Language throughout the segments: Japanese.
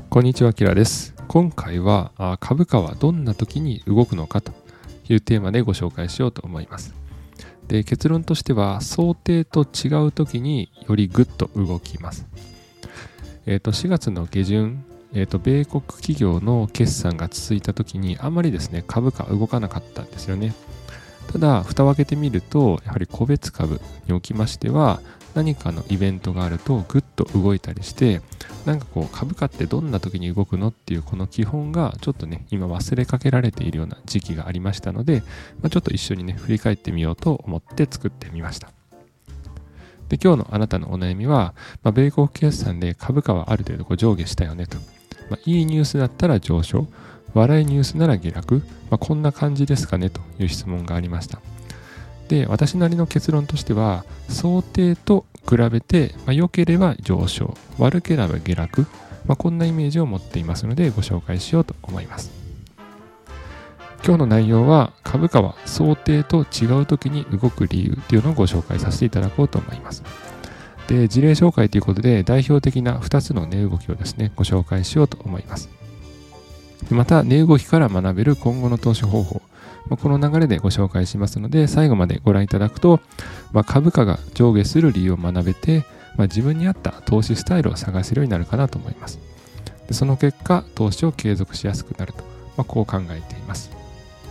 こんにちは、キラです。今回は株価はどんな時に動くのかというテーマでご紹介しようと思います。で、結論としては想定と違う時によりグッと動きます。4月の下旬、米国企業の決算が続いた時にあんまりですね、株価動かなかったんですよね。ただ、蓋を開けてみると、やはり個別株におきましては、何かのイベントがあるとグッと動いたりして、株価ってどんな時に動くのっていうこの基本がちょっとね、今忘れかけられているような時期がありましたので、ちょっと一緒にね、振り返ってみようと思って作ってみました。で、今日のあなたのお悩みは、米国決算で株価はある程度上下したよねと。いいニュースだったら上昇、悪いニュースなら下落、こんな感じですかねという質問がありました。で、私なりの結論としては、想定と比べて、良ければ上昇、悪ければ下落、こんなイメージを持っていますのでご紹介しようと思います。今日の内容は、株価は想定と違う時に動く理由というのをご紹介させていただこうと思います。で、事例紹介ということで、代表的な2つの値動きをですね、ご紹介しようと思います。また、値動きから学べる今後の投資方法、この流れでご紹介しますので、最後までご覧いただくと、株価が上下する理由を学べて、自分に合った投資スタイルを探せるようになるかなと思います。で、その結果、投資を継続しやすくなると、こう考えています。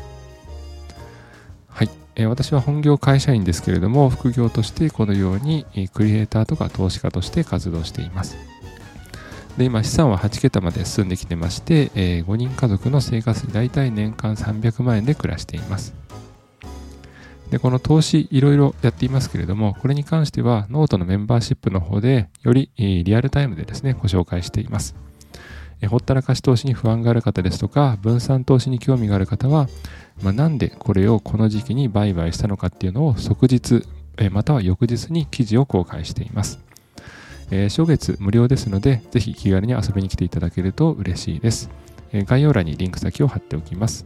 はい、私は本業会社員ですけれども、副業としてこのようにクリエイターとか投資家として活動しています。で、今資産は8桁まで進んできてまして、5人家族の生活費だいたい年間300万円で暮らしています。で、この投資いろいろやっていますけれども、これに関してはノートのメンバーシップの方でよりリアルタイムでですね、ご紹介しています。ほったらかし投資に不安がある方ですとか、分散投資に興味がある方は、なんでこれをこの時期に売買したのかっていうのを即日、または翌日に記事を公開しています。初月無料ですので、ぜひ気軽に遊びに来ていただけると嬉しいです。概要欄にリンク先を貼っておきます。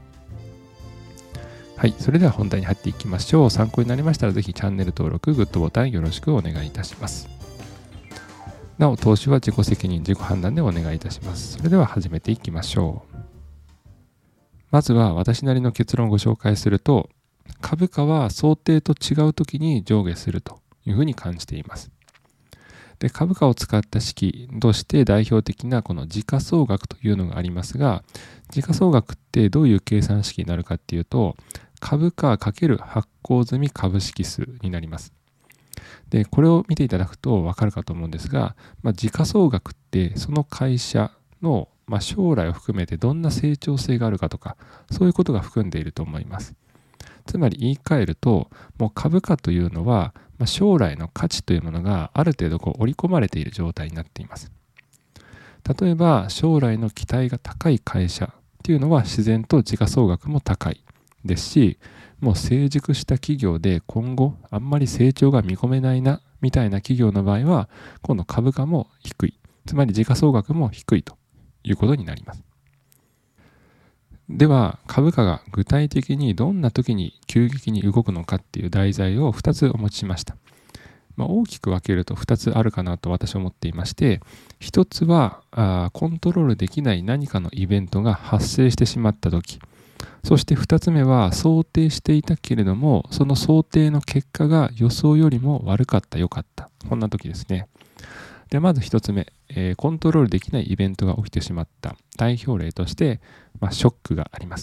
はい、それでは本題に入っていきましょう。参考になりましたら、ぜひチャンネル登録、グッドボタンよろしくお願いいたします。なお、投資は自己責任、自己判断でお願いいたします。それでは始めていきましょう。まずは私なりの結論をご紹介すると、株価は想定と違う時に上下するというふうに感じています。で、株価を使った式として代表的なこの時価総額というのがありますが、時価総額ってどういう計算式になるかっていうと、株価×発行済み株式数になります。で、これを見ていただくと分かるかと思うんですが、時価総額ってその会社の将来を含めてどんな成長性があるかとか、そういうことが含んでいると思います。つまり言い換えると、もう株価というのは、将来の価値というものがある程度織り込まれている状態になっています。例えば、将来の期待が高い会社っていうのは自然と時価総額も高いですし、もう成熟した企業で今後あんまり成長が見込めないなみたいな企業の場合は、今度株価も低い。つまり時価総額も低いということになります。では、株価が具体的にどんな時に急激に動くのかっていう題材を2つお持ちしました。大きく分けると2つあるかなと私は思っていまして、1つはコントロールできない何かのイベントが発生してしまった時、そして2つ目は想定していたけれども、その想定の結果が予想よりも悪かった、良かった。こんな時ですね。で、まず1つ目、コントロールできないイベントが起きてしまった代表例として、ショックがあります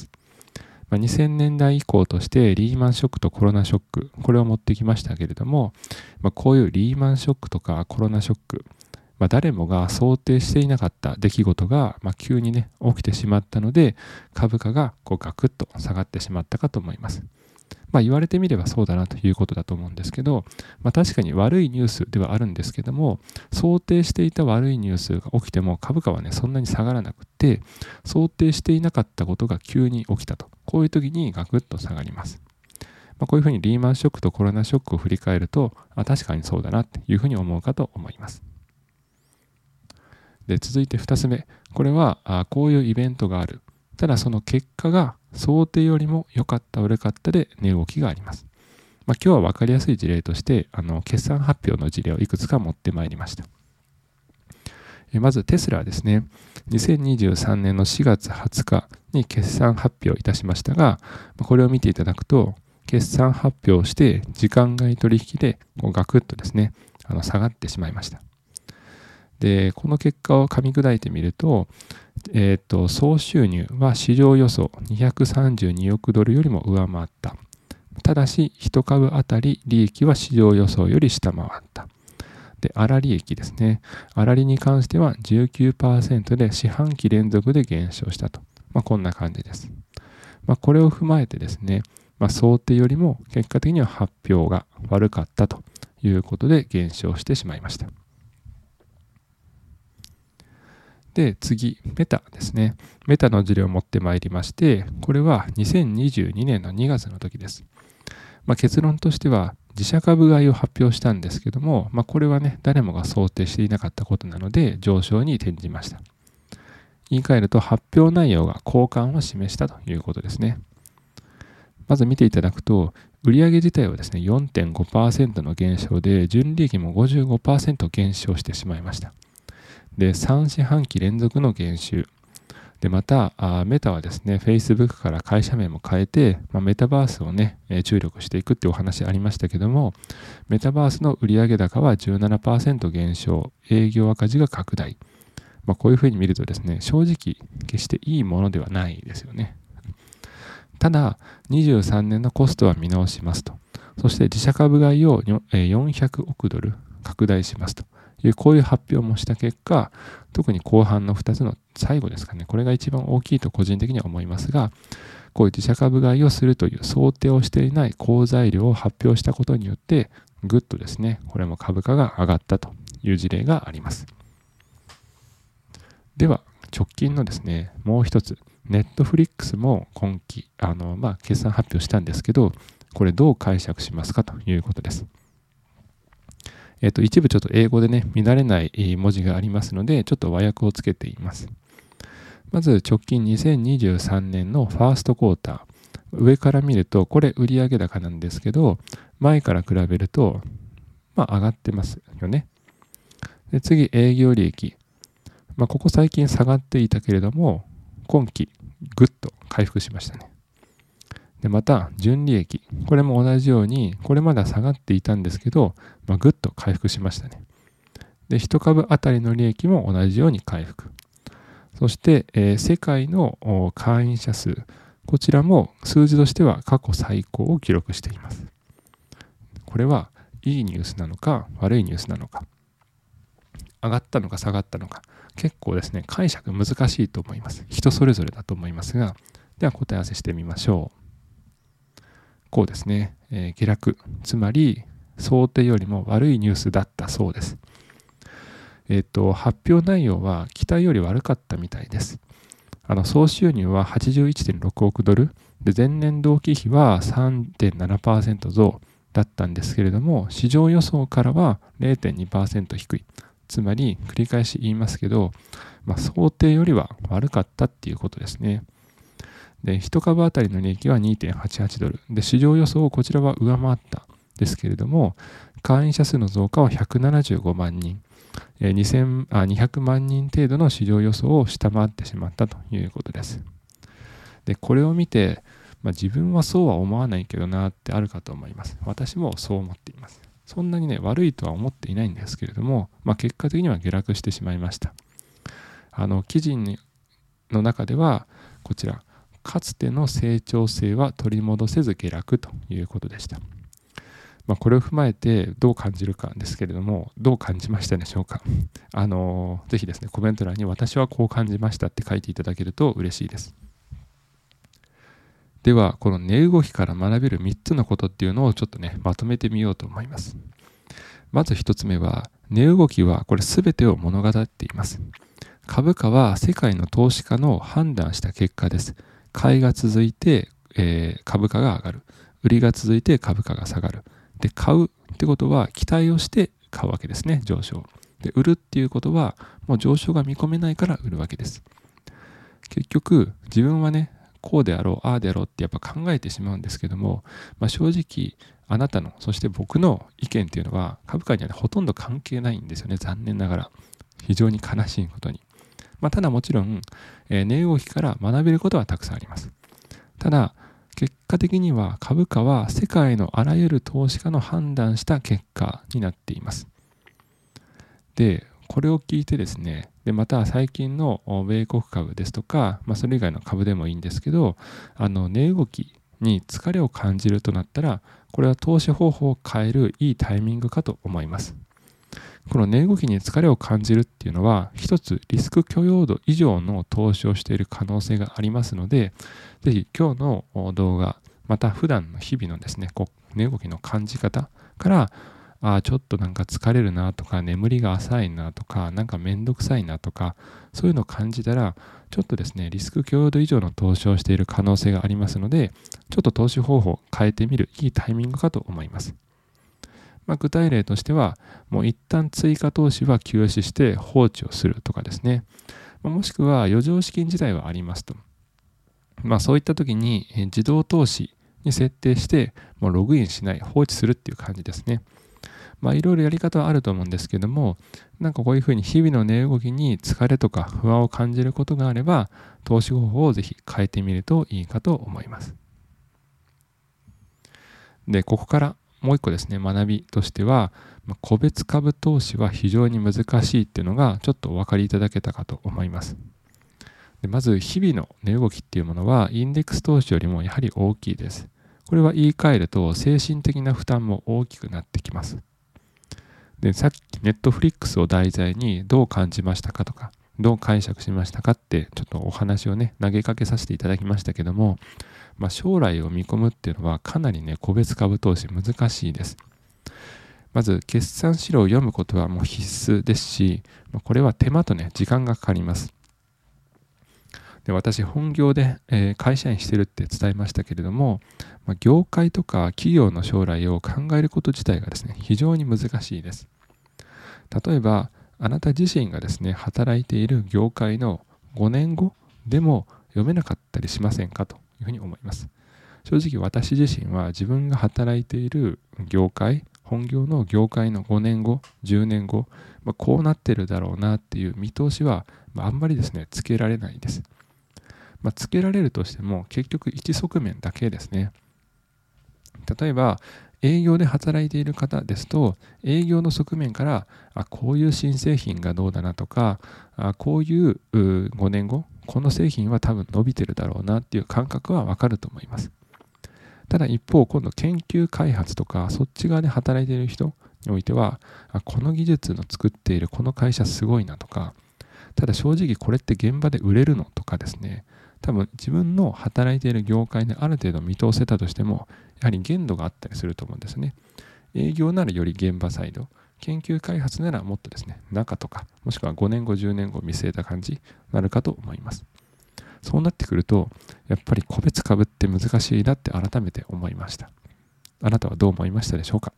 。2000年代以降としてリーマンショックとコロナショック、これを持ってきましたけれども、こういうリーマンショックとかコロナショック、誰もが想定していなかった出来事が急にね起きてしまったので、株価がガクッと下がってしまったかと思います。言われてみればそうだなということだと思うんですけど、確かに悪いニュースではあるんですけども、想定していた悪いニュースが起きても株価はねそんなに下がらなくて、想定していなかったことが急に起きたと、こういう時にガクッと下がります。こういうふうにリーマンショックとコロナショックを振り返ると、確かにそうだなっていうふうに思うかと思います。で、続いて2つ目、これはこういうイベントがある。ただその結果が想定よりも良かった悪かったで値動きがあります。今日は分かりやすい事例として決算発表の事例をいくつか持ってまいりました。 まずテスラはですね、2023年の4月20日に決算発表いたしましたが、これを見ていただくと、決算発表をして時間外取引でガクッとですね、下がってしまいました。で、この結果を噛み砕いてみると、総収入は市場予想232億ドルよりも上回った。ただし、1株当たり利益は市場予想より下回った。で、粗利益ですね。粗利に関しては 19% で四半期連続で減少したと。こんな感じです。これを踏まえてですね、想定よりも結果的には発表が悪かったということで減少してしまいました。で、次、メタですね。メタの事例を持ってまいりまして、これは2022年の2月の時です。結論としては、自社株買いを発表したんですけども、これはね、誰もが想定していなかったことなので、上昇に転じました。言い換えると、発表内容が好感を示したということですね。まず見ていただくと、売上自体はですね、4.5% の減少で、純利益も 55% 減少してしまいました。で、3四半期連続の減収。で、また、メタはですね、Facebook から会社名も変えて、メタバースをね、注力していくっていうお話ありましたけども、メタバースの売上高は 17% 減少、営業赤字が拡大。こういうふうに見るとですね、正直、決していいものではないですよね。ただ、23年のコストは見直しますと。そして自社株買いを400億ドル拡大しますと。こういう発表もした結果、特に後半の2つの最後ですかね、これが一番大きいと個人的には思いますが、こういう自社株買いをするという想定をしていない好材料を発表したことによって、ぐっとですね、これも株価が上がったという事例があります。では、直近のですね、もう一つ、ネットフリックスも今期、決算発表したんですけど、これどう解釈しますかということです。一部ちょっと英語でね、見慣れない文字がありますので、ちょっと和訳をつけています。まず直近2023年のファーストクォーター。上から見ると、これ売上高なんですけど、前から比べると、上がってますよね。で、次、営業利益。ここ最近下がっていたけれども、今期ぐっと回復しましたね。で、また、純利益。これも同じように、これまだ下がっていたんですけど、ぐっと回復しましたね。で、1株当たりの利益も同じように回復。そして、世界の会員者数。こちらも数字としては過去最高を記録しています。これはいいニュースなのか悪いニュースなのか、上がったのか下がったのか、結構ですね、解釈難しいと思います。人それぞれだと思いますが、では答え合わせしてみましょう。こうですね、下落、つまり想定よりも悪いニュースだったそうです。発表内容は期待より悪かったみたいです。総収入は 81.6 億ドルで、前年同期比は 3.7% 増だったんですけれども、市場予想からは 0.2% 低い。つまり繰り返し言いますけど、想定よりは悪かったっていうことですね。で、1株当たりの利益は 2.88 ドルで、市場予想をこちらは上回ったですけれども、会員者数の増加は175万人。200万人程度の市場予想を下回ってしまったということです。で、これを見て、自分はそうは思わないけどなってあるかと思います。私もそう思っています。そんなにね、悪いとは思っていないんですけれども、結果的には下落してしまいました。記事の中では、こちら、かつての成長性は取り戻せず下落ということでした。これを踏まえてどう感じるかですけれども、どう感じましたでしょうか。ぜひですね、コメント欄に私はこう感じましたって書いていただけると嬉しいです。では、この値動きから学べる3つのことっていうのをちょっとね、まとめてみようと思います。まず1つ目は、値動きはこれ全てを物語っています。株価は世界の投資家の判断した結果です。買いが続いて、株価が上がる。売りが続いて株価が下がる。で、買うってことは期待をして買うわけですね、上昇。で、売るっていうことはもう上昇が見込めないから売るわけです。結局、自分はね、こうであろう、ああであろうってやっぱ考えてしまうんですけども、正直、あなたの、そして僕の意見っていうのは株価には、ほとんど関係ないんですよね、残念ながら。 非常に悲しいことに。ただもちろん、値動きから学べることはたくさんあります。ただ、結果的には株価は世界のあらゆる投資家の判断した結果になっています。で、これを聞いてですね、また最近の米国株ですとか、それ以外の株でもいいんですけど、値動きに疲れを感じるとなったら、これは投資方法を変えるいいタイミングかと思います。この値動きに疲れを感じるっていうのは、一つリスク許容度以上の投資をしている可能性がありますので、ぜひ今日の動画、また普段の日々のですね、値動きの感じ方から、ちょっとなんか疲れるなとか、眠りが浅いなとか、なんかめんどくさいなとか、そういうのを感じたら、ちょっとですね、リスク許容度以上の投資をしている可能性がありますので、ちょっと投資方法を変えてみるいいタイミングかと思います。具体例としては、もう一旦追加投資は休止して放置をするとかですね。もしくは余剰資金自体はありますと。そういった時に自動投資に設定して、もうログインしない、放置するっていう感じですね。いろいろやり方はあると思うんですけども、なんかこういうふうに日々の値動きに疲れとか不安を感じることがあれば、投資方法をぜひ変えてみるといいかと思います。で、ここからもう一個ですね、学びとしては、個別株投資は非常に難しいっていうのがちょっとお分かりいただけたかと思います。でまず、日々の値動きっていうものは、インデックス投資よりもやはり大きいです。これは言い換えると、精神的な負担も大きくなってきます。で、さっきネットフリックスを題材にどう感じましたかとか、どう解釈しましたかって、ちょっとお話をね、投げかけさせていただきましたけども、将来を見込むっていうのはかなりね、個別株投資難しいです。まず、決算資料を読むことはもう必須ですし、これは手間とね、時間がかかります。で、私、本業で、会社員してるって伝えましたけれども、業界とか企業の将来を考えること自体がですね、非常に難しいです。例えば、あなた自身がですね、働いている業界の5年後でも読めなかったりしませんかというふうに思います。正直私自身は自分が働いている業界、本業の業界の5年後、10年後、こうなってるだろうなっていう見通しは、あんまりですね、つけられないです。つけられるとしても結局一側面だけですね。例えば営業で働いている方ですと、営業の側面からこういう新製品がどうだなとか、こういう5年後この製品は多分伸びてるだろうなっていう感覚はわかると思います。ただ一方、今度研究開発とかそっち側で働いている人においては、この技術の作っているこの会社すごいなとか、ただ正直これって現場で売れるのとかですね、多分自分の働いている業界である程度見通せたとしても、やはり限度があったりすると思うんですね。営業ならより現場サイド、研究開発ならもっとですね、中とか、もしくは5年後、10年後見据えた感じになるかと思います。そうなってくると、やっぱり個別株って難しいなって改めて思いました。あなたはどう思いましたでしょうか？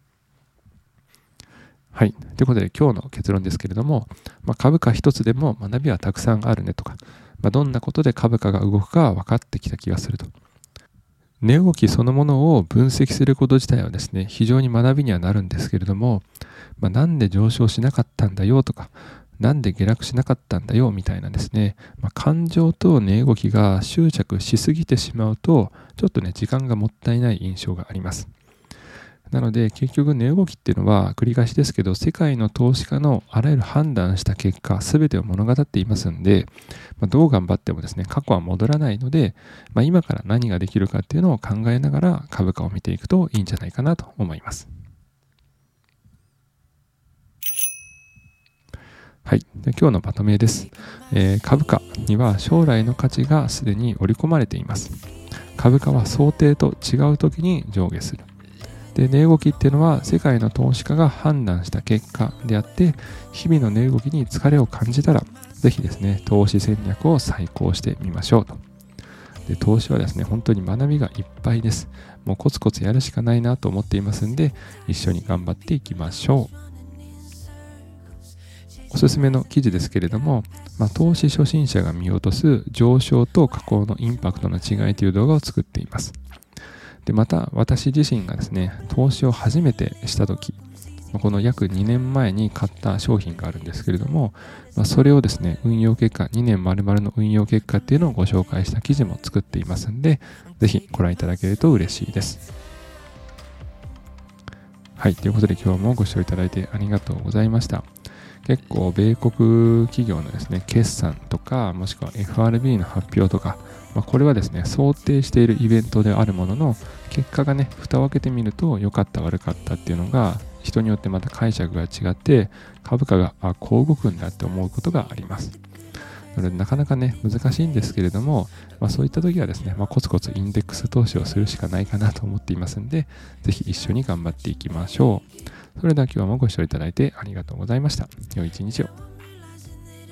はい。ということで今日の結論ですけれども、株価一つでも学びはたくさんあるねとか、どんなことで株価が動くか分かってきた気がすると。値動きそのものを分析すること自体はですね、非常に学びにはなるんですけれども、なんで上昇しなかったんだよとか、なんで下落しなかったんだよみたいなですね、感情と値動きが執着しすぎてしまうと、ちょっとね、時間がもったいない印象があります。なので結局値動きっていうのは繰り返しですけど、世界の投資家のあらゆる判断した結果全てを物語っていますので、どう頑張ってもですね、過去は戻らないので、今から何ができるかっていうのを考えながら株価を見ていくといいんじゃないかなと思います。はい、で今日のまとめです。株価には将来の価値がすでに織り込まれています。株価は想定と違う時に上下する。で、値動きっていうのは世界の投資家が判断した結果であって、日々の値動きに疲れを感じたら、ぜひですね、投資戦略を再考してみましょうと。で、投資はですね、本当に学びがいっぱいです。もうコツコツやるしかないなと思っていますんで、一緒に頑張っていきましょう。おすすめの記事ですけれども、投資初心者が見落とす上昇と下降のインパクトの違いという動画を作っています。で、また私自身がですね、投資を初めてした時、 この約2年前に買った商品があるんですけれども、それをですね、運用結果、2年丸々の運用結果っていうのをご紹介した記事も作っていますんで、ぜひご覧いただけると嬉しいです。はい、ということで今日もご視聴いただいてありがとうございました。結構米国企業のですね、決算とか、もしくは FRB の発表とか、これはですね、想定しているイベントであるものの、結果がね、蓋を開けてみると良かった悪かったっていうのが、人によってまた解釈が違って、株価がこう動くんだって思うことがあります。なのでなかなかね、難しいんですけれども、そういった時はですね、コツコツインデックス投資をするしかないかなと思っていますんで、ぜひ一緒に頑張っていきましょう。それでは今日もご視聴いただいてありがとうございました。良い一日を。